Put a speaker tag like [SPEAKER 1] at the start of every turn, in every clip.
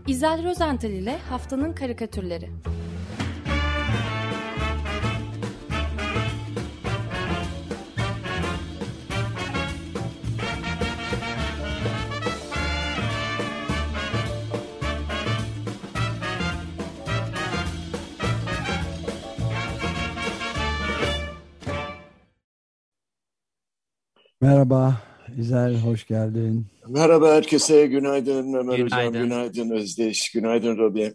[SPEAKER 1] İzel Rozental ile Haftanın Karikatürleri.
[SPEAKER 2] Merhaba İzel, hoş geldin.
[SPEAKER 3] Merhaba herkese, günaydın Ömer Hocam,
[SPEAKER 4] Günaydın.
[SPEAKER 3] günaydın Özdeş, günaydın Robi.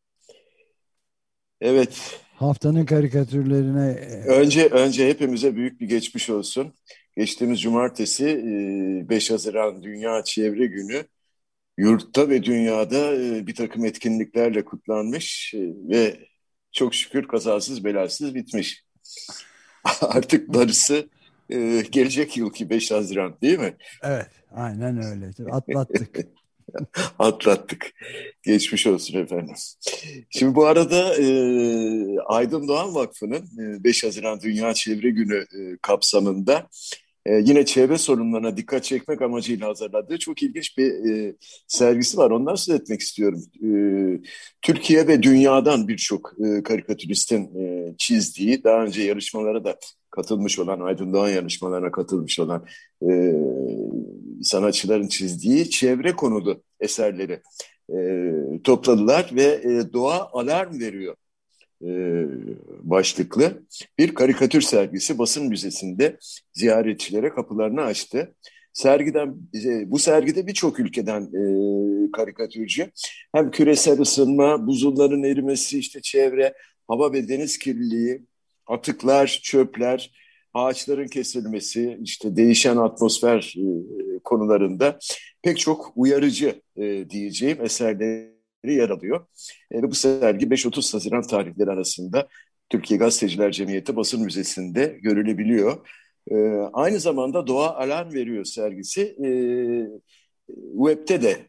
[SPEAKER 3] Evet,
[SPEAKER 2] Haftanın karikatürlerine
[SPEAKER 3] önce hepimize büyük bir geçmiş olsun. Geçtiğimiz cumartesi 5 Haziran Dünya Çevre Günü yurtta ve dünyada bir takım etkinliklerle kutlanmış ve çok şükür kazasız belasız bitmiş. Artık darısı gelecek yılki 5 Haziran değil mi?
[SPEAKER 2] evet, aynen öyle. Atlattık.
[SPEAKER 3] Atlattık. Geçmiş olsun efendim. Şimdi bu arada Aydın Doğan Vakfı'nın 5 Haziran Dünya Çevre Günü kapsamında yine çevre sorunlarına dikkat çekmek amacıyla hazırladığı çok ilginç bir sergisi var. Ondan söz etmek istiyorum. Türkiye ve dünyadan birçok karikatüristin çizdiği, daha önce yarışmalara da katılmış olan, Aydın Doğan yarışmalarına katılmış olan e, sanatçıların çizdiği çevre konulu eserleri topladılar ve doğa alarm veriyor e, başlıklı bir karikatür sergisi basın müzesinde ziyaretçilere kapılarını açtı. Bu sergide birçok ülkeden karikatürcü hem küresel ısınma, buzulların erimesi, işte çevre, hava ve deniz kirliliği, atıklar, çöpler, ağaçların kesilmesi, işte değişen atmosfer konularında pek çok uyarıcı diyeceğim eserleri yer alıyor. Ve bu sergi 5-30 Haziran tarihleri arasında Türkiye Gazeteciler Cemiyeti Basın Müzesi'nde görülebiliyor. Aynı zamanda Doğa Alarm Veriyor sergisi web'te de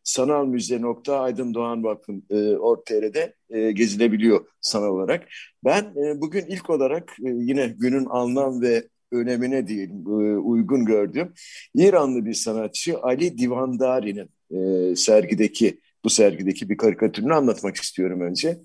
[SPEAKER 3] sanalmuze.aydındoğanvakfı.org.tr'de gezilebiliyor sanal olarak. Ben bugün ilk olarak yine günün anlam ve önemine diyelim uygun gördüğüm İranlı bir sanatçı Ali Divandari'nin bu sergideki bir karikatürünü anlatmak istiyorum önce.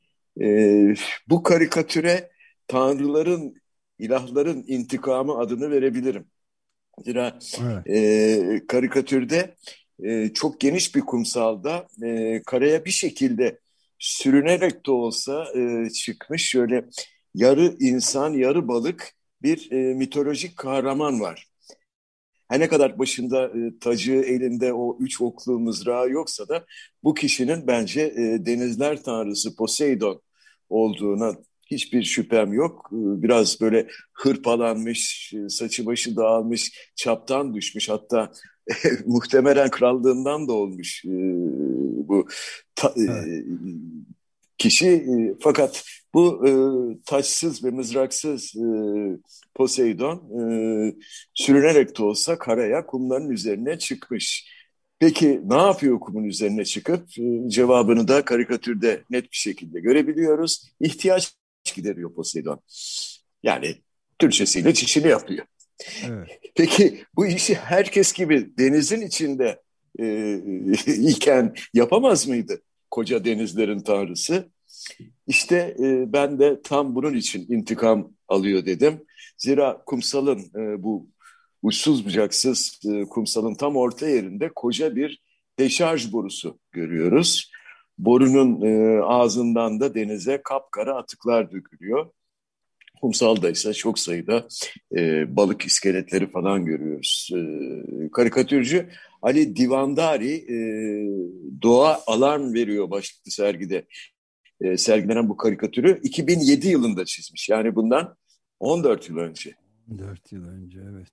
[SPEAKER 3] Bu karikatüre tanrıların, ilahların intikamı adını verebilirim. Zira
[SPEAKER 2] Evet.
[SPEAKER 3] karikatürde çok geniş bir kumsalda karaya bir şekilde sürünerek de olsa çıkmış şöyle yarı insan, yarı balık bir mitolojik kahraman var. Her ne kadar başında tacı, elinde o üç oklu mızrağı yoksa da bu kişinin bence denizler tanrısı Poseidon olduğuna hiçbir şüphem yok. Biraz böyle hırpalanmış, saçı başı dağılmış, çaptan düşmüş. Hatta muhtemelen krallığından da olmuş bu ta- e,
[SPEAKER 2] Evet.
[SPEAKER 3] kişi. Fakat bu taçsız ve mızraksız Poseidon sürünerek de olsa karaya, kumların üzerine çıkmış. Peki ne yapıyor kumun üzerine çıkıp? Cevabını da karikatürde net bir şekilde görebiliyoruz. İhtiyaç gideriyor Poseidon. Yani Türkçesiyle çişini yapıyor.
[SPEAKER 2] Evet.
[SPEAKER 3] Peki bu işi herkes gibi denizin içinde iken yapamaz mıydı koca denizlerin tanrısı? İşte ben de tam bunun için intikam alıyor dedim. Zira kumsalın bu uçsuz bucaksız kumsalın tam orta yerinde koca bir deşarj borusu görüyoruz. Borunun ağzından da denize kapkara atıklar dökülüyor. Kumsalda ise çok sayıda balık iskeletleri falan görüyoruz. Karikatürcü Ali Divandari doğa alarm veriyor başlıklı sergide. Sergilenen bu karikatürü 2007 yılında çizmiş. Yani bundan 14 yıl önce.
[SPEAKER 2] 4 yıl önce, evet.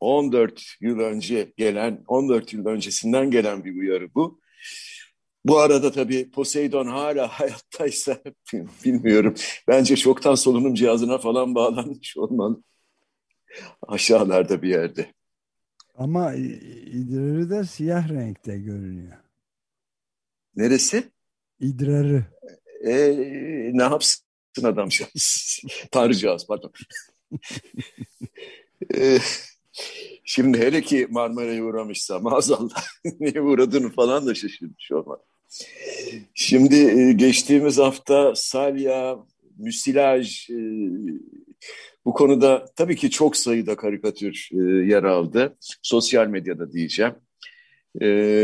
[SPEAKER 3] 14 yıl öncesinden gelen bir uyarı bu. Bu arada tabii Poseidon hala hayattaysa bilmiyorum. Bence çoktan solunum cihazına falan bağlanmış olmalı. Aşağılarda bir yerde.
[SPEAKER 2] Ama idrarı da siyah renkte görünüyor.
[SPEAKER 3] Neresi?
[SPEAKER 2] İdrarı.
[SPEAKER 3] Ne yapsın adamcağız? Tanrıcağız pardon. Ee, Şimdi hele ki Marmara'ya uğramışsa maazallah niye uğradığını falan da şaşırmış olmalı. Şimdi geçtiğimiz hafta salya, müsilaj, bu konuda tabii ki çok sayıda karikatür yer aldı. Sosyal medyada diyeceğim. E,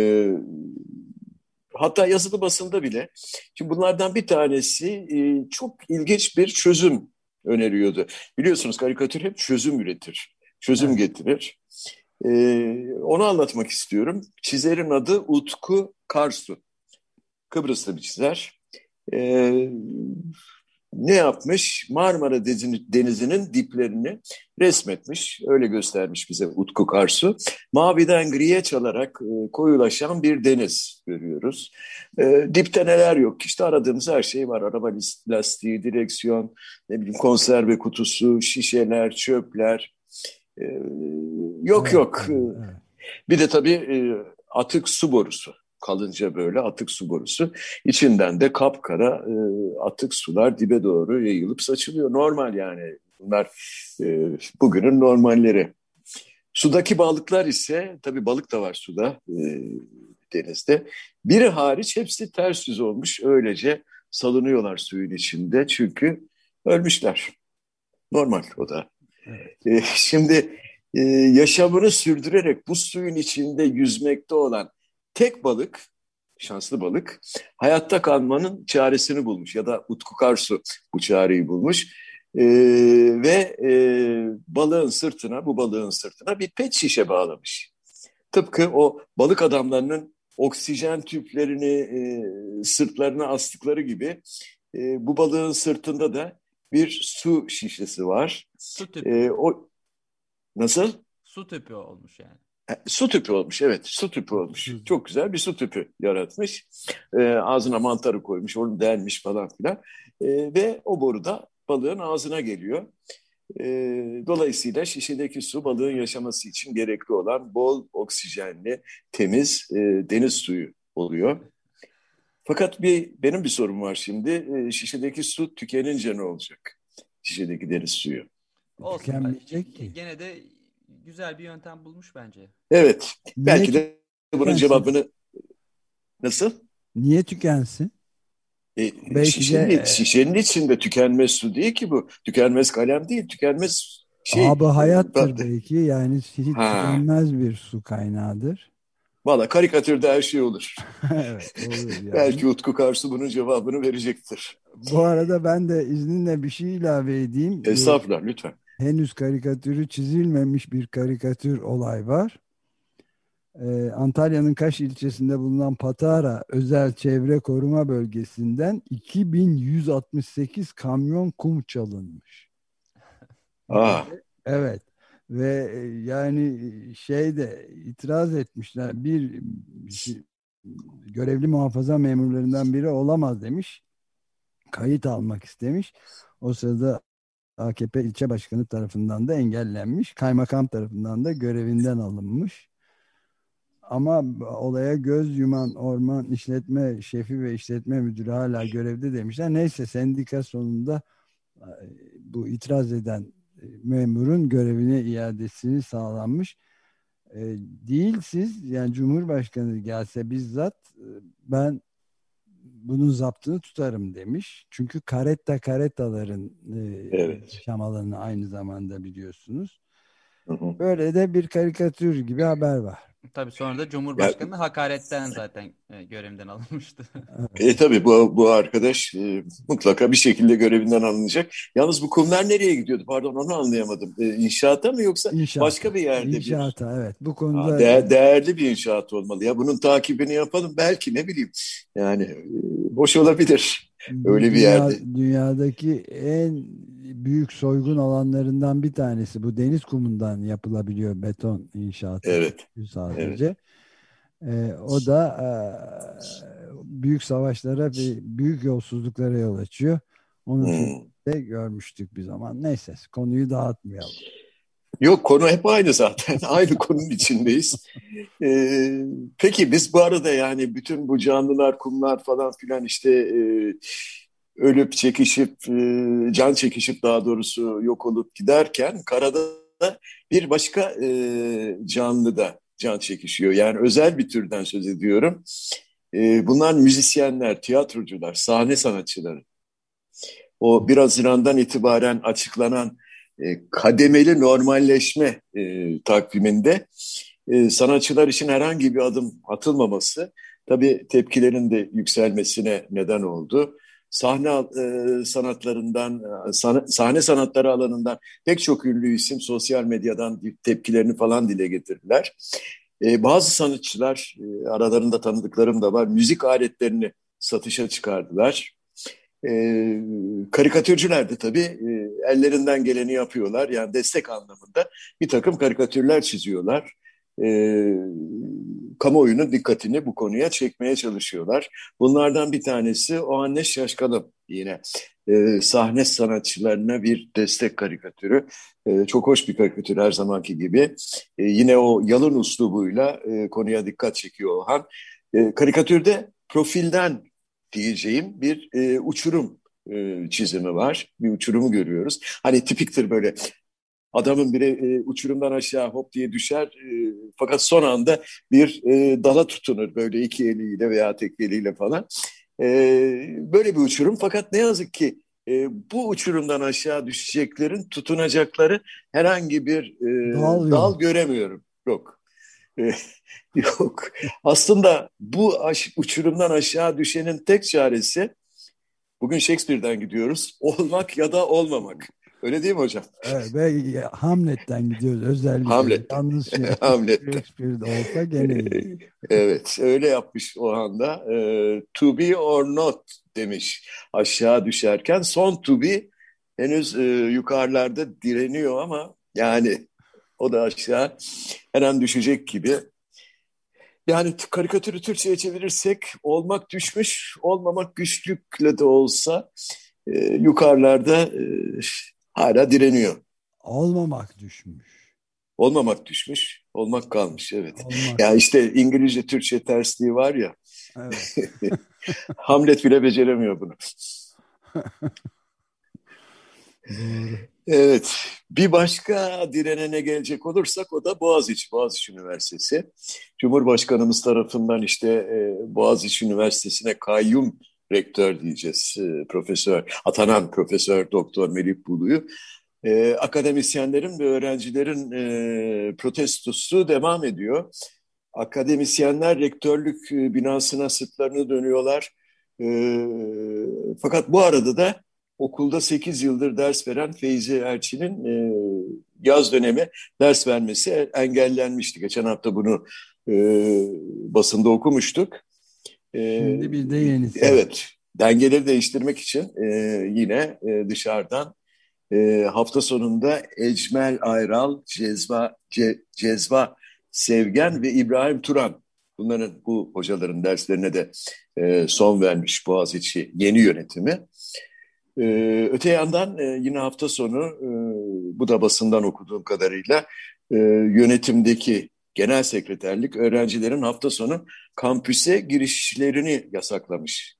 [SPEAKER 3] Hatta yazılı basında bile. Şimdi bunlardan bir tanesi çok ilginç bir çözüm öneriyordu. Biliyorsunuz karikatür hep çözüm üretir, çözüm
[SPEAKER 2] Evet.
[SPEAKER 3] getirir. Onu anlatmak istiyorum. Çizerin adı Utku Karsu. Kıbrıslı bir çizer. Ee, Ne yapmış? Marmara Denizi'nin diplerini resmetmiş. Öyle göstermiş bize Utku Karsu. Maviden griye çalarak koyulaşan bir deniz görüyoruz. Dipte neler yok? İşte aradığımız her şey var. Araba lastiği, direksiyon, ne bileyim konserve kutusu, şişeler, çöpler. Ee, Yok
[SPEAKER 2] Evet,
[SPEAKER 3] yok.
[SPEAKER 2] evet, evet.
[SPEAKER 3] Bir de tabii atık su borusu. Kalınca böyle atık su borusu. İçinden de kapkara atık sular dibe doğru yayılıp saçılıyor. Normal yani. Bunlar bugünün normalleri. Sudaki balıklar ise, tabii balık da var suda, denizde. Biri hariç hepsi ters yüz olmuş. Öylece salınıyorlar suyun içinde. Çünkü ölmüşler. Normal o da.
[SPEAKER 2] Evet.
[SPEAKER 3] Şimdi yaşamını sürdürerek bu suyun içinde yüzmekte olan tek balık, şanslı balık, hayatta kalmanın çaresini bulmuş. Ya da Utku Karsu bu çareyi bulmuş. E, Ve bu balığın sırtına bir pet şişe bağlamış. Tıpkı o balık adamlarının oksijen tüplerini sırtlarına astıkları gibi bu balığın sırtında da bir su şişesi var.
[SPEAKER 4] Su tüpü.
[SPEAKER 3] O nasıl?
[SPEAKER 4] Su tüpü olmuş yani.
[SPEAKER 3] Su tüpü olmuş, evet. Su tüpü olmuş. Çok güzel bir su tüpü yaratmış. Ağzına mantarı koymuş, onu delmiş falan filan. Ve o boru da balığın ağzına geliyor. Dolayısıyla şişedeki su balığın yaşaması için gerekli olan bol oksijenli, temiz deniz suyu oluyor. Fakat benim bir sorum var şimdi. Şişedeki su tükenince ne olacak? Şişedeki deniz suyu.
[SPEAKER 4] Olsun.
[SPEAKER 2] Tükenmeyecek ki.
[SPEAKER 4] Gene de güzel bir yöntem bulmuş bence.
[SPEAKER 3] Evet,
[SPEAKER 2] Niye
[SPEAKER 3] belki de bunun
[SPEAKER 2] tükensin?
[SPEAKER 3] cevabını nasıl?
[SPEAKER 2] Niye tükensin? Belki de
[SPEAKER 3] Şişenin içinde tükenmez su değil ki bu. Tükenmez kalem değil, tükenmez şey.
[SPEAKER 2] abi hayattır belki. Yani hiç
[SPEAKER 3] Ha,
[SPEAKER 2] tükenmez bir su kaynağıdır.
[SPEAKER 3] valla karikatürde her şey olur.
[SPEAKER 2] Evet, olur yani.
[SPEAKER 3] Belki Utku Karsu bunun cevabını verecektir.
[SPEAKER 2] Bu arada ben de izninle bir şey ilave edeyim.
[SPEAKER 3] Estağfurullah, lütfen.
[SPEAKER 2] Henüz karikatürü çizilmemiş bir karikatür olay var. Antalya'nın Kaş ilçesinde bulunan Patara Özel Çevre Koruma Bölgesi'nden 2168 kamyon kum çalınmış.
[SPEAKER 3] Aa,
[SPEAKER 2] Evet. Ve yani şeyde itiraz etmişler. Görevli muhafaza memurlarından biri olamaz demiş. Kayıt almak istemiş. O sırada AKP ilçe başkanı tarafından da engellenmiş. Kaymakam tarafından da görevinden alınmış. Ama olaya göz yuman orman işletme şefi ve işletme müdürü hala görevde demişler. Neyse sendika sonunda e, bu itiraz eden memurun görevine iadesini sağlanmış. E, Değil siz yani Cumhurbaşkanı gelse bizzat ben bunun zaptını tutarım demiş. Çünkü karetaların
[SPEAKER 3] evet.
[SPEAKER 2] yaşam alanı aynı zamanda biliyorsunuz.
[SPEAKER 3] Hı hı.
[SPEAKER 2] Böyle de bir karikatür gibi haber var.
[SPEAKER 4] Tabii sonra da
[SPEAKER 3] Ya,
[SPEAKER 4] Cumhurbaşkanı hakaretten zaten görevinden alınmıştı.
[SPEAKER 2] Evet.
[SPEAKER 3] tabii bu arkadaş mutlaka bir şekilde görevinden alınacak. Yalnız bu kumlar nereye gidiyordu? Pardon, onu anlayamadım. İnşaata mı yoksa başka
[SPEAKER 2] İnşaata.
[SPEAKER 3] bir yerde bir
[SPEAKER 2] İnşaata evet. Bu konuda
[SPEAKER 3] değerli bir inşaat olmalı. Ya bunun takibini yapalım. Belki ne bileyim. Yani hoş olabilir.
[SPEAKER 2] bu
[SPEAKER 3] Öyle bir yerde.
[SPEAKER 2] dünyadaki en büyük soygun alanlarından bir tanesi. Bu deniz kumundan yapılabiliyor beton inşaatı
[SPEAKER 3] Evet.
[SPEAKER 2] çünkü
[SPEAKER 3] Evet.
[SPEAKER 2] sadece. O da büyük savaşlara ve büyük yolsuzluklara yol açıyor. Onun
[SPEAKER 3] Hmm.
[SPEAKER 2] filminde görmüştük bir zaman. Neyse konuyu dağıtmayalım.
[SPEAKER 3] Yok, konu hep aynı zaten. Aynı konunun içindeyiz. Peki biz bu arada yani bütün bu canlılar, kumlar falan filan işte ölüp çekişip, can çekişip daha doğrusu yok olup giderken karada da bir başka canlı da can çekişiyor. Yani özel bir türden söz ediyorum. Bunlar müzisyenler, tiyatrocular, sahne sanatçıları. O 1 Haziran'dan itibaren açıklanan kademeli normalleşme takviminde sanatçılar için herhangi bir adım atılmaması tabii tepkilerin de yükselmesine neden oldu. Sahne sanatlarından, sahne sanatları alanından pek çok ünlü isim sosyal medyadan tepkilerini falan dile getirdiler. Bazı sanatçılar, aralarında tanıdıklarım da var, müzik aletlerini satışa çıkardılar. Karikatürcüler de tabii ellerinden geleni yapıyorlar. Yani destek anlamında bir takım karikatürler çiziyorlar. Kamuoyunun dikkatini bu konuya çekmeye çalışıyorlar. Bunlardan bir tanesi O Anne Şaşkalım, yine sahne sanatçılarına bir destek karikatürü. Çok hoş bir karikatür her zamanki gibi. Yine o yalın üslubuyla konuya dikkat çekiyor Orhan. Karikatürde profilden diyeceğim bir uçurum çizimi var. Bir uçurumu görüyoruz. Hani tipiktir böyle. Adamın biri uçurumdan aşağı hop diye düşer, fakat son anda bir dala tutunur böyle iki eliyle veya tek eliyle falan. Böyle bir uçurum, fakat ne yazık ki bu uçurumdan aşağı düşeceklerin tutunacakları herhangi bir dal göremiyorum. Yok. E, Yok. Aslında bu uçurumdan aşağı düşenin tek çaresi, bugün Shakespeare'den gidiyoruz, olmak ya da olmamak. Öyle değil mi hocam?
[SPEAKER 2] Evet, ve Hamlet'ten gidiyoruz özellikle.
[SPEAKER 3] Hamlet'ten.
[SPEAKER 2] Yalnız
[SPEAKER 3] Hamlet'ten.
[SPEAKER 2] Shakespeare'de olsa gene iyi.
[SPEAKER 3] Evet, öyle yapmış o anda. To be or not demiş aşağı düşerken. Son to be henüz yukarılarda direniyor ama yani o da aşağı her an düşecek gibi. Yani karikatürü Türkçe'ye çevirirsek olmak düşmüş, olmamak güçlükle de olsa yukarılarda hala direniyor.
[SPEAKER 2] Olmamak düşmüş.
[SPEAKER 3] Olmamak düşmüş, olmak kalmış, evet.
[SPEAKER 2] Olmak.
[SPEAKER 3] Ya işte İngilizce Türkçe tersliği var ya.
[SPEAKER 2] Evet.
[SPEAKER 3] Hamlet bile beceremiyor bunu.
[SPEAKER 2] Doğru.
[SPEAKER 3] Evet, bir başka direnene gelecek olursak o da Boğaziçi Üniversitesi. Cumhurbaşkanımız tarafından işte Boğaziçi Üniversitesi'ne kayyum rektör diyeceğiz, atanan Profesör Doktor Melih Bulu'yu. Akademisyenlerin ve öğrencilerin protestosu devam ediyor. Akademisyenler rektörlük binasına sırtlarını dönüyorlar. Fakat bu arada da okulda 8 yıldır ders veren Feyzi Erçin'in yaz dönemi ders vermesi engellenmişti. Geçen hafta bunu e, basında okumuştuk.
[SPEAKER 2] Şimdi bir de yenisi.
[SPEAKER 3] Evet, dengeleri değiştirmek için yine dışarıdan hafta sonunda Ecmel Ayral, Cezva Sevgen ve İbrahim Turan, bu hocaların derslerine de son vermiş Boğaziçi yeni yönetimi. Öte yandan yine hafta sonu, bu da basından okuduğum kadarıyla, yönetimdeki genel sekreterlik öğrencilerin hafta sonu kampüse girişlerini yasaklamış.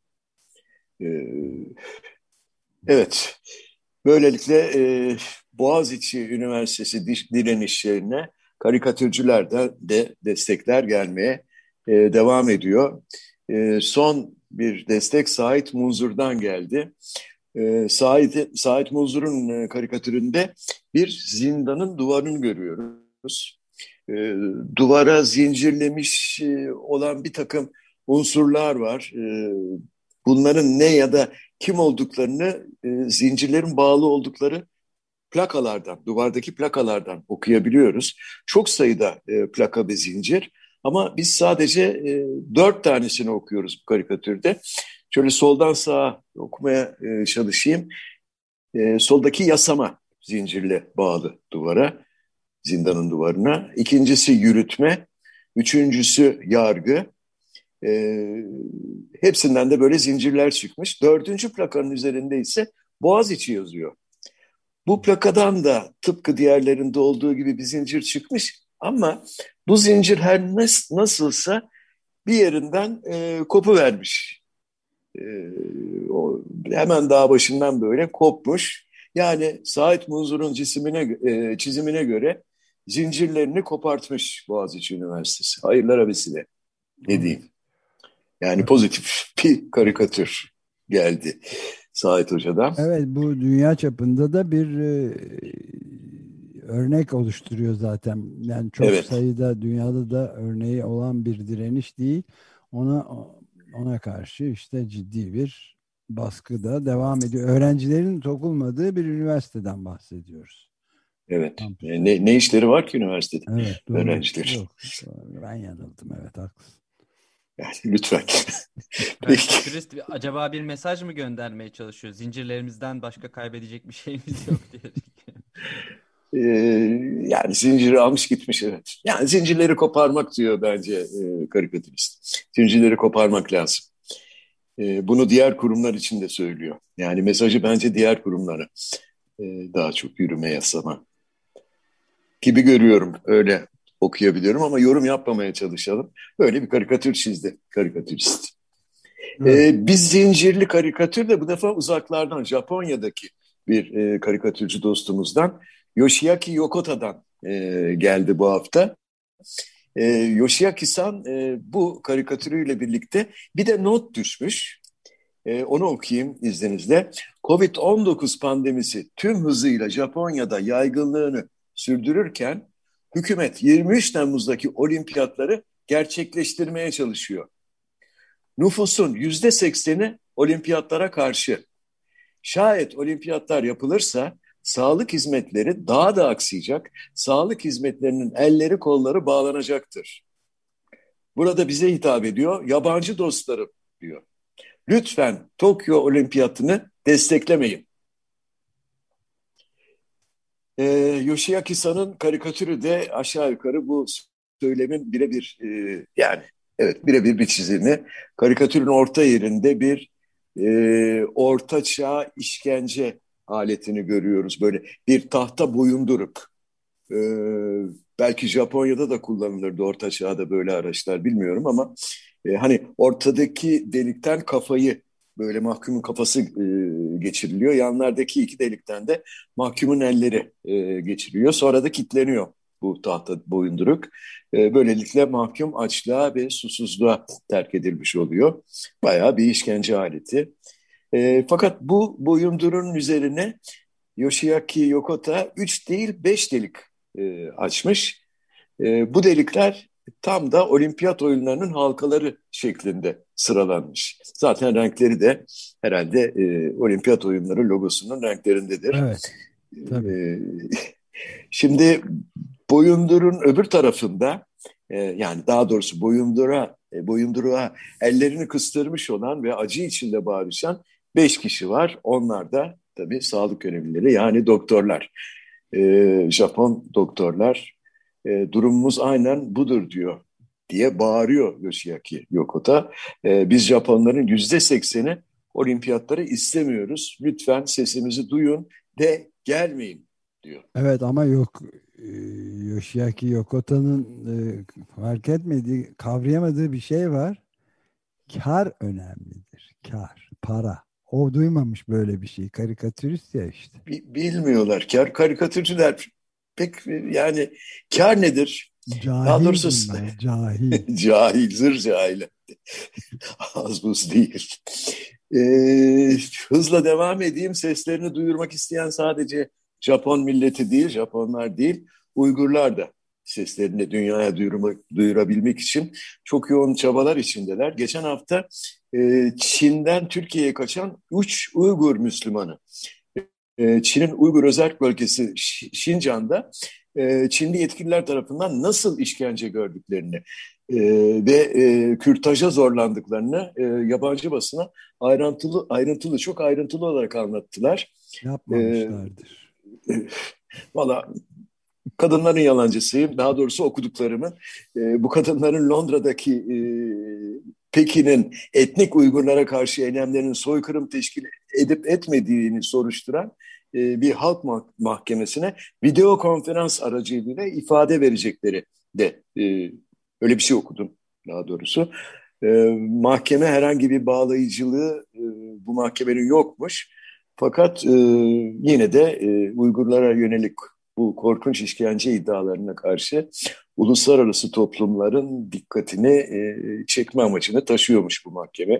[SPEAKER 3] Evet, böylelikle Boğaziçi Üniversitesi direnişlerine karikatürcülerden de destekler gelmeye devam ediyor. Son bir destek Sait Munzur'dan geldi. Sait Munzur'un karikatüründe bir zindanın duvarını görüyoruz. Duvara zincirlemiş olan bir takım unsurlar var. Bunların ne ya da kim olduklarını zincirlerin bağlı oldukları plakalardan, duvardaki plakalardan okuyabiliyoruz. Çok sayıda plaka ve zincir, ama biz sadece 4 tanesini okuyoruz bu karikatürde. Şöyle soldan sağa okumaya çalışayım. Soldaki yasama zincirle bağlı duvara, zindanın duvarına. İkincisi yürütme, üçüncüsü yargı. Hepsinden de böyle zincirler çıkmış. Dördüncü plakanın üzerinde ise Boğaziçi yazıyor. Bu plakadan da tıpkı diğerlerinde olduğu gibi bir zincir çıkmış, ama bu zincir her nasılsa bir yerinden kopuvermiş. Hemen dağ başından böyle kopmuş. Yani Sait Munzur'un çizimine göre zincirlerini kopartmış Boğaziçi Üniversitesi. Hayırlara vesile. Ne diyeyim? Yani pozitif bir karikatür geldi Sait Hoca'dan.
[SPEAKER 2] Evet, bu dünya çapında da bir örnek oluşturuyor zaten. Yani çok
[SPEAKER 3] Evet,
[SPEAKER 2] sayıda dünyada da örneği olan bir direniş değil. Ona ona karşı işte ciddi bir baskı da devam ediyor. Öğrencilerin sokulmadığı bir üniversiteden bahsediyoruz.
[SPEAKER 3] evet.
[SPEAKER 2] Kampüste.
[SPEAKER 3] Ne işleri var ki üniversitede
[SPEAKER 2] Evet, doğru.
[SPEAKER 3] öğrencilerin?
[SPEAKER 2] Yok. Doğru. Ben yanıldım. Evet, haklısın.
[SPEAKER 3] Yani lütfen. Peki.
[SPEAKER 4] Karikatürist acaba bir mesaj mı göndermeye çalışıyor? Zincirlerimizden başka kaybedecek bir şeyimiz yok diye.
[SPEAKER 3] Ee, Yani zinciri almış gitmiş, evet. Yani zincirleri koparmak diyor bence karikatürist. Zincirleri koparmak lazım. Bunu diğer kurumlar için de söylüyor. Yani mesajı bence diğer kurumlara e, daha çok yürüme yasama gibi görüyorum. Öyle okuyabiliyorum ama yorum yapmamaya çalışalım. Böyle bir karikatür çizdi karikatürist.
[SPEAKER 2] Evet.
[SPEAKER 3] Bir zincirli karikatür de bu defa uzaklardan, Japonya'daki bir karikatürcü dostumuzdan, Yoshiaki Yokota'dan geldi bu hafta. Yoshiaki-san bu karikatürüyle birlikte bir de not düşmüş. Onu okuyayım izninizle. Covid-19 pandemisi tüm hızıyla Japonya'da yaygınlığını sürdürürken hükümet 23 Temmuz'daki olimpiyatları gerçekleştirmeye çalışıyor. Nüfusun %80'i olimpiyatlara karşı. Şayet olimpiyatlar yapılırsa sağlık hizmetleri daha da aksayacak, sağlık hizmetlerinin elleri kolları bağlanacaktır. Burada bize hitap ediyor, yabancı dostlarım diyor. Lütfen Tokyo Olimpiyatını desteklemeyin. Yoshiaki-san'ın karikatürü de aşağı yukarı bu söylemin birebir yani evet birebir bir çizimi. Karikatürün orta yerinde bir orta çağ işkence aletini görüyoruz. Böyle bir tahta boyunduruk. E, Belki Japonya'da da kullanılırdı orta çağda böyle araçlar bilmiyorum ama hani ortadaki delikten kafayı böyle mahkumun kafası geçiriliyor. Yanlardaki iki delikten de mahkumun elleri geçiriliyor. Sonra da kilitleniyor bu tahta boyunduruk. Böylelikle mahkum açlığa ve susuzluğa terk edilmiş oluyor. Bayağı bir işkence aleti. Fakat bu boyundurun üzerine Yoshiaki Yokota 3 değil 5 delik açmış. Bu delikler tam da olimpiyat oyunlarının halkaları şeklinde sıralanmış. Zaten renkleri de herhalde olimpiyat oyunları logosunun renklerindedir.
[SPEAKER 2] Evet. Tabii.
[SPEAKER 3] E, Şimdi boyundurun öbür tarafında yani daha doğrusu boyunduruğa ellerini kıstırmış olan ve acı içinde bağırışan 5 kişi var. Onlar da tabii sağlık görevlileri yani doktorlar. Japon doktorlar durumumuz aynen budur diyor diye bağırıyor Yoshiaki Yokota. Biz Japonların %80'i olimpiyatları istemiyoruz. Lütfen sesimizi duyun de gelmeyin diyor.
[SPEAKER 2] Evet ama yok, Yoshiaki Yokota'nın fark etmediği, kavrayamadığı bir şey var. Kar önemlidir. Kar, para. O duymamış böyle bir şey. Karikatürist ya işte.
[SPEAKER 3] Bilmiyorlar. Karikatürcüler pek yani kar nedir? Daha
[SPEAKER 2] Cahil
[SPEAKER 3] doğrusu
[SPEAKER 2] bunlar, cahil.
[SPEAKER 3] cahil, zır cahil. Az buz değil. Hızla devam edeyim. Seslerini duyurmak isteyen sadece Japon milleti değil, Japonlar değil, Uygurlar da seslerini dünyaya duyurabilmek için çok yoğun çabalar içindeler. Geçen hafta Çin'den Türkiye'ye kaçan 3 Uygur Müslümanı Çin'in Uygur Özerk Bölgesi Şincan'da Çinli yetkililer tarafından nasıl işkence gördüklerini ve kürtaja zorlandıklarını yabancı basına çok ayrıntılı olarak anlattılar. E,
[SPEAKER 2] Yapmamışlardır.
[SPEAKER 3] e, Valla kadınların yalancısıyım. Daha doğrusu okuduklarımı. Bu kadınların Londra'daki Pekin'in etnik Uygurlara karşı eylemlerinin soykırım teşkil edip etmediğini soruşturan bir halk mahkemesine video konferans aracılığıyla ifade verecekleri de öyle bir şey okudum daha doğrusu. E, Mahkeme herhangi bir bağlayıcılığı bu mahkemenin yokmuş. Fakat yine de Uygurlara yönelik bu korkunç işkence iddialarına karşı uluslararası toplumların dikkatini çekme amacını taşıyormuş bu mahkeme.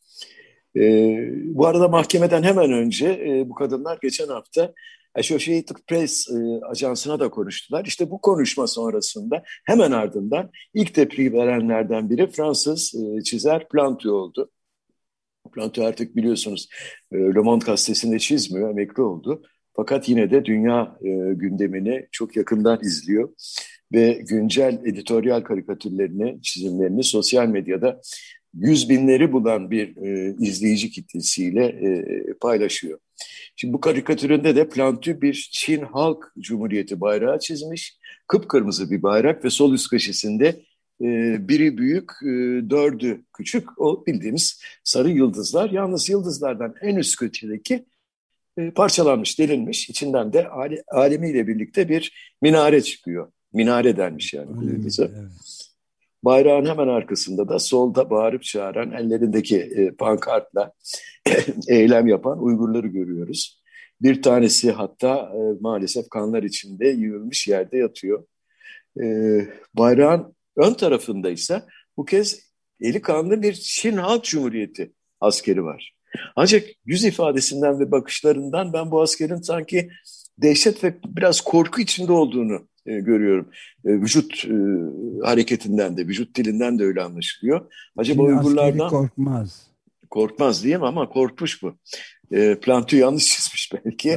[SPEAKER 3] Bu arada mahkemeden hemen önce bu kadınlar geçen hafta Associated Press ajansına da konuştular. İşte bu konuşma sonrasında hemen ardından ilk tepkiyi verenlerden biri Fransız çizer Plantu oldu. Plantu artık biliyorsunuz Le Monde gazetesinde çizmiyor, emekli oldu. Fakat yine de dünya gündemini çok yakından izliyor ve güncel editoryal karikatürlerini, çizimlerini sosyal medyada yüz binleri bulan bir izleyici kitlesiyle paylaşıyor. Şimdi bu karikatüründe de Plantu bir Çin Halk Cumhuriyeti bayrağı çizmiş. Kıpkırmızı bir bayrak ve sol üst köşesinde biri büyük, dördü küçük. O bildiğimiz sarı yıldızlar. Yalnız yıldızlardan en üst köşedeki parçalanmış, delinmiş. İçinden de alemiyle birlikte bir minare çıkıyor. Minare denmiş yani bu yıldıza. Evet. Bayrağın hemen arkasında da solda bağırıp çağıran ellerindeki pankartla eylem yapan Uygurları görüyoruz. Bir tanesi hatta maalesef kanlar içinde yığılmış yerde yatıyor. Bayrağın ön tarafında ise bu kez eli kanlı bir Çin Halk Cumhuriyeti askeri var. Ancak yüz ifadesinden ve bakışlarından ben bu askerin sanki dehşet ve biraz korku içinde olduğunu görüyorum. Vücut hareketinden de, vücut dilinden de öyle anlaşılıyor. Acaba
[SPEAKER 2] Çin
[SPEAKER 3] Uygurlardan...
[SPEAKER 2] korkmaz.
[SPEAKER 3] Korkmaz diyeyim ama korkmuş bu. Plantu yanlış çizmiş belki.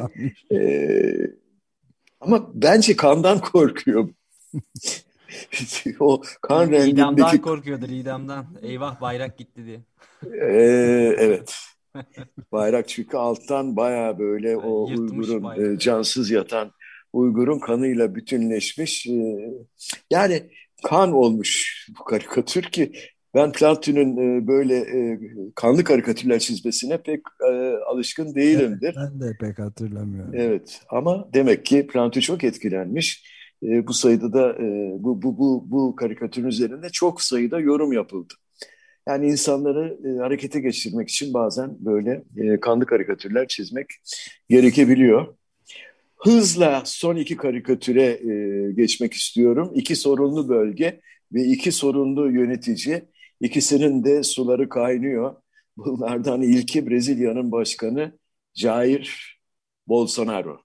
[SPEAKER 3] Ama bence kandan korkuyor. O kan rengindeki...
[SPEAKER 4] İdamdan korkuyordur, idamdan. Eyvah bayrak gitti diye.
[SPEAKER 3] Evet. Bayrak çünkü alttan bayağı böyle o Uygur'un cansız yatan Uygur'un kanıyla bütünleşmiş. Yani kan olmuş bu karikatür ki ben Plantu'nun böyle kanlı karikatürler çizmesine pek alışkın değilimdir.
[SPEAKER 2] Evet, ben de pek hatırlamıyorum.
[SPEAKER 3] Evet ama demek ki Plantu çok etkilenmiş. Bu sayıda da bu karikatürün üzerinde çok sayıda yorum yapıldı. Yani insanları harekete geçirmek için bazen böyle kanlı karikatürler çizmek gerekebiliyor. Hızla son iki karikatüre geçmek istiyorum. İki sorunlu bölge ve iki sorunlu yönetici. İkisinin de suları kaynıyor. Bunlardan ilki Brezilya'nın başkanı Jair Bolsonaro.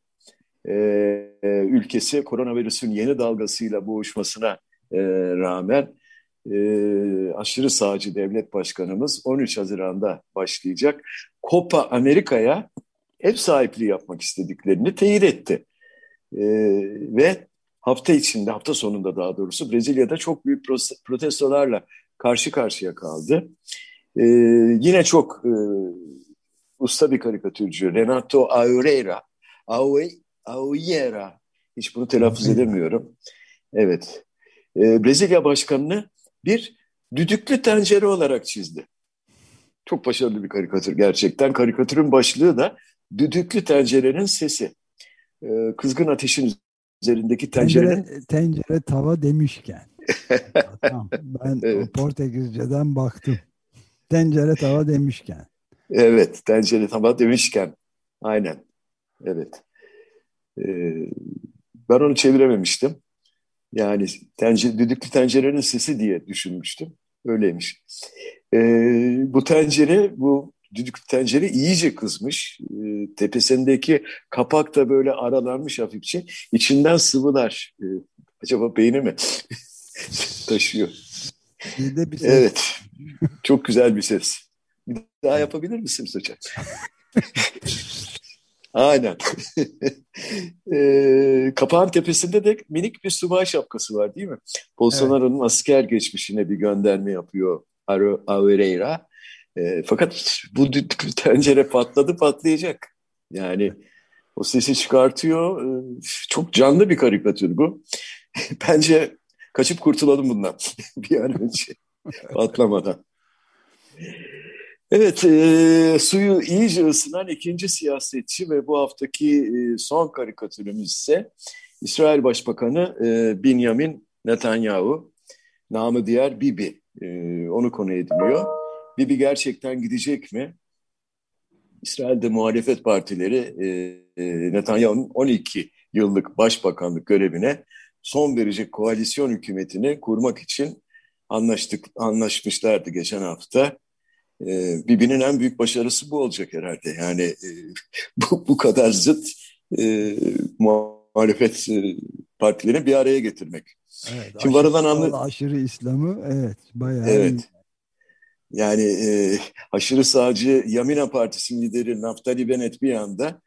[SPEAKER 3] Ülkesi koronavirüsün yeni dalgasıyla boğuşmasına rağmen aşırı sağcı devlet başkanımız 13 Haziran'da başlayacak Copa Amerika'ya ev sahipliği yapmak istediklerini teyit etti. Ve hafta sonunda daha doğrusu Brezilya'da çok büyük protestolarla karşı karşıya kaldı. Yine çok usta bir karikatürcü Renato Aueira, hiç bunu telaffuz edemiyorum. Evet. Brezilya başkanını bir düdüklü tencere olarak çizdi. Çok başarılı bir karikatür gerçekten. Karikatürün başlığı da düdüklü tencerenin sesi. Kızgın ateşin üzerindeki tencerenin...
[SPEAKER 2] Tencere tava demişken. Tamam, ben evet. Portekizce'den baktım. Tencere tava demişken.
[SPEAKER 3] Evet, tencere tava demişken. Aynen. Evet. Ben onu çevirememiştim. Yani düdüklü tencerenin sesi diye düşünmüştüm. Öyleymiş. Bu düdüklü tencere iyice kızmış. Tepesindeki kapak da böyle aralanmış hafifçe. İçinden sıvılar. Acaba beyni mi taşıyor?
[SPEAKER 2] Bir ses.
[SPEAKER 3] Evet. Çok güzel bir ses. Bir daha yapabilir misiniz hocam? Aynen. Kapağın tepesinde de minik bir subay şapkası var değil mi? Bolsonaro'nun evet. Asker geçmişine bir gönderme yapıyor Aueira. Fakat bu tencere patlayacak. Yani o sesi çıkartıyor. Çok canlı bir karikatür bu. Bence kaçıp kurtulalım bundan bir an önce patlamadan. Evet, suyu iyice ısınan ikinci siyasetçi ve bu haftaki son karikatürümüz ise İsrail Başbakanı Benjamin Netanyahu, namı diğer Bibi, onu konu ediniyor. Bibi gerçekten gidecek mi? İsrail'de muhalefet partileri Netanyahu'nun 12 yıllık başbakanlık görevine son verecek koalisyon hükümetini kurmak için anlaşmışlardı geçen hafta. Bibi'nin en büyük başarısı bu olacak herhalde. Yani bu kadar zıt muhalefet partilerini bir araya getirmek.
[SPEAKER 2] Evet,
[SPEAKER 3] Şimdi aradan
[SPEAKER 2] aşırı İslam'ı evet bayağı
[SPEAKER 3] evet. Yani aşırı sağcı Yamina Partisi'nin lideri Naftali Bennett bir yanda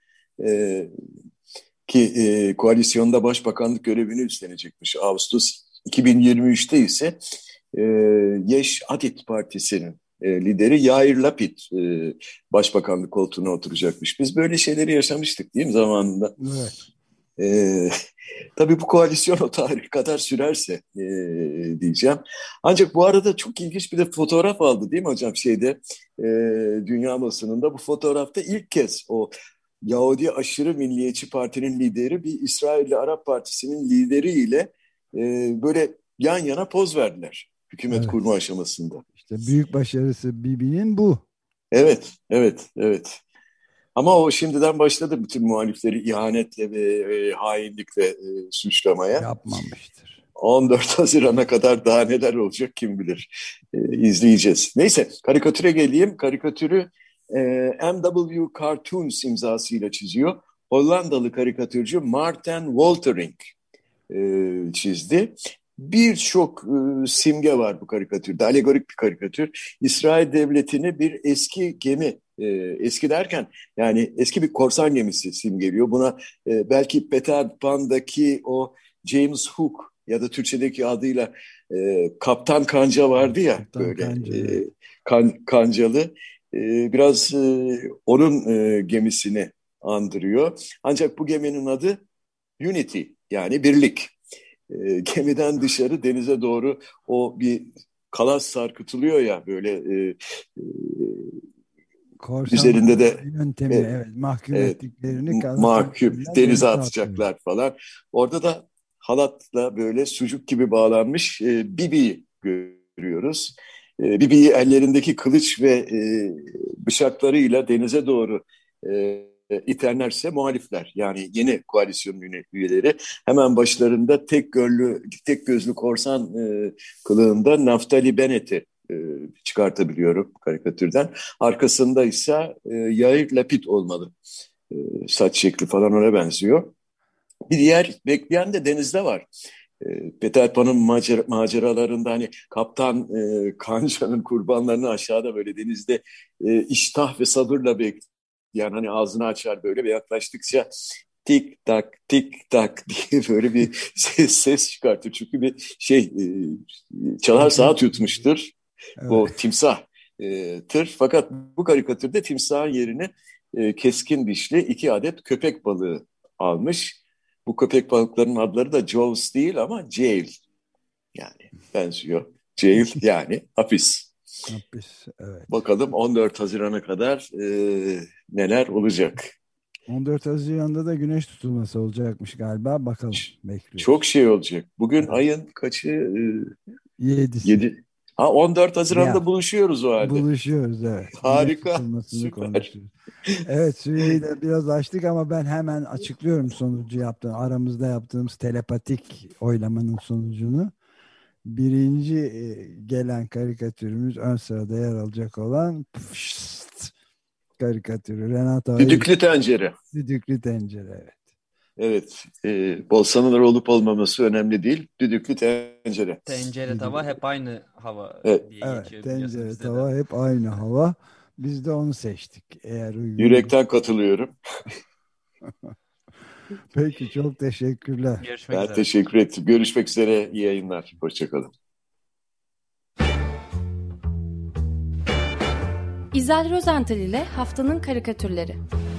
[SPEAKER 3] ki koalisyonda başbakanlık görevini üstlenecekmiş. Ağustos 2023'te ise Yeş Atit Partisi'nin lideri Yair Lapid başbakanlık koltuğuna oturacakmış. Biz böyle şeyleri yaşamıştık değil mi zamanında?
[SPEAKER 2] Evet.
[SPEAKER 3] Tabii bu koalisyon o tarih kadar sürerse diyeceğim. Ancak bu arada çok ilginç bir de fotoğraf aldı değil mi hocam dünya basınında. Bu fotoğrafta ilk kez o Yahudi aşırı milliyetçi partinin lideri bir İsrailli Arap Partisi'nin lideriyle böyle yan yana poz verdiler hükümet kurma aşamasında.
[SPEAKER 2] İşte büyük başarısı Bibi'nin bu.
[SPEAKER 3] Evet. Ama o şimdiden başladı bütün muhalifleri ihanetle ve hainlikle suçlamaya.
[SPEAKER 2] Yapmamıştır.
[SPEAKER 3] 14 Haziran'a kadar daha neler olacak kim bilir. İzleyeceğiz. Neyse karikatüre geleyim. Karikatürü MW Cartoons imzasıyla çiziyor. Hollandalı karikatürcü Martin Woltering çizdi. Birçok simge var bu karikatürde. Alegorik bir karikatür. İsrail devletini bir eski gemi, eski derken yani eski bir korsan gemisi simgeliyor. Buna belki Peter Pan'daki o James Hook ya da Türkçedeki adıyla Kaptan Kanca vardı ya.
[SPEAKER 2] Kaptan
[SPEAKER 3] böyle
[SPEAKER 2] Kanca.
[SPEAKER 3] Kancalı. Biraz onun gemisini andırıyor. Ancak bu geminin adı Unity yani birlik. Gemiden dışarı denize doğru o bir kalas sarkıtılıyor ya böyle üzerinde de
[SPEAKER 2] yöntemi mahkum ettiklerini
[SPEAKER 3] mahkum denize atacaklar falan. Orada da halatla böyle sucuk gibi bağlanmış Bibi'yi görüyoruz. Bibi'yi ellerindeki kılıç ve bıçaklarıyla denize doğru iterlerse muhalifler yani yeni koalisyon üyeleri hemen başlarında tek gözlü korsan kılığında Naftali Bennett'i çıkartabiliyorum karikatürden. Arkasında ise Yair Lapid olmalı. Saç şekli falan ona benziyor. Bir diğer bekleyen de denizde var. Peter Pan'ın maceralarında hani Kaptan Kanca'nın kurbanlarını aşağıda böyle denizde iştah ve sabırla bekliyor. Yani hani ağzını açar böyle ve yaklaştıkça tik tak tik tak diye böyle bir ses çıkartır. Çünkü bir çalar saat yutmuştur. Evet. O timsah tır. Fakat bu karikatürde timsahın yerine keskin dişli 2 adet köpek balığı almış. Bu köpek balıklarının adları da Jaws değil ama Jail. Yani benziyor. Jail yani hapis.
[SPEAKER 2] Hapis, evet.
[SPEAKER 3] Bakalım 14 Haziran'a kadar neler olacak.
[SPEAKER 2] 14 Haziran'da da güneş tutulması olacakmış galiba. Bakalım, bekliyoruz.
[SPEAKER 3] Çok şey olacak. Bugün ayın kaçı?
[SPEAKER 2] 7'si.
[SPEAKER 3] 7. 14 Haziran'da buluşuyoruz o halde.
[SPEAKER 2] Buluşuyoruz, evet.
[SPEAKER 3] Harika, süper.
[SPEAKER 2] Evet, süreyi de biraz açtık ama ben hemen açıklıyorum aramızda yaptığımız telepatik oylamanın sonucunu. Birinci gelen karikatürümüz ön sırada yer alacak olan karikatürü. Renato
[SPEAKER 3] Düdüklü tencere.
[SPEAKER 2] Düdüklü tencere, evet.
[SPEAKER 3] Evet, Bolsonaro olup olmaması önemli değil. Düdüklü tencere.
[SPEAKER 4] Tencere tava hep aynı hava diye geçiyor.
[SPEAKER 2] Tencere tava hep aynı hava. Biz de onu seçtik.
[SPEAKER 3] Yürekten katılıyorum.
[SPEAKER 2] Peki, çok teşekkürler.
[SPEAKER 4] Görüşmek üzere.
[SPEAKER 3] Teşekkür ettim. Görüşmek üzere. İyi yayınlar. Hoşçakalın.
[SPEAKER 1] İzel Rozental ile Haftanın Karikatürleri.